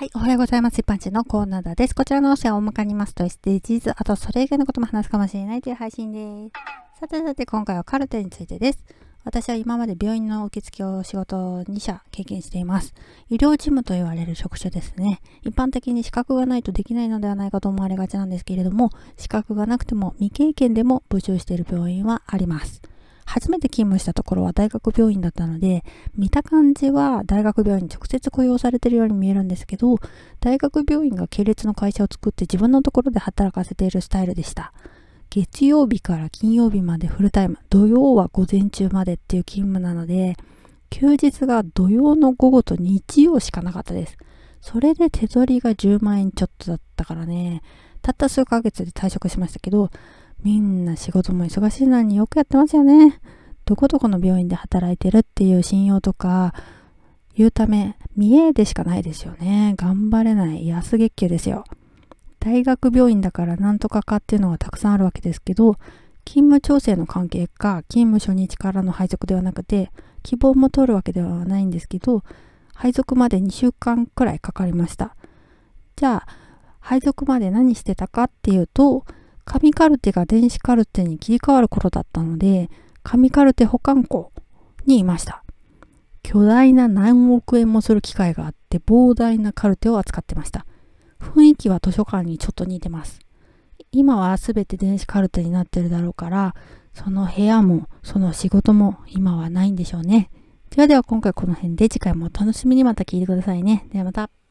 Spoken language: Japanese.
はい、おはようございます。一般人のコーナーです。こちらの音声を大まかに言いますと SDGs、あとそれ以外のことも話すかもしれないという配信です。さて今回はカルテについてです。私は今まで病院の受付を仕事2社経験しています。医療事務と言われる職種ですね。一般的に資格がないとできないのではないかと思われがちなんですけれども、資格がなくても未経験でも募集している病院はあります。初めて勤務したところは大学病院だったので、見た感じは大学病院に直接雇用されているように見えるんですけど、大学病院が系列の会社を作って自分のところで働かせているスタイルでした。月曜日から金曜日までフルタイム、土曜は午前中までっていう勤務なので、休日が土曜の午後と日曜しかなかったです。それで手取りが10万円ちょっとだったからね、たった数ヶ月で退職しましたけど、みんな仕事も忙しいのによくやってますよね。どこどこの病院で働いてるっていう信用とか言うため、見栄でしかないですよね。頑張れない安月給ですよ。大学病院だからなんとかかっていうのがたくさんあるわけですけど、勤務調整の関係か勤務初日からの配属ではなくて、希望も取るわけではないんですけど、配属まで2週間くらいかかりました。じゃあ配属まで何してたかっていうと、紙カルテが電子カルテに切り替わる頃だったので、紙カルテ保管庫にいました。巨大な何億円もする機械があって、膨大なカルテを扱ってました。雰囲気は図書館にちょっと似てます。今はすべて電子カルテになってるだろうから、その部屋もその仕事も今はないんでしょうね。では今回この辺で、次回もお楽しみにまた聞いてくださいね。ではまた。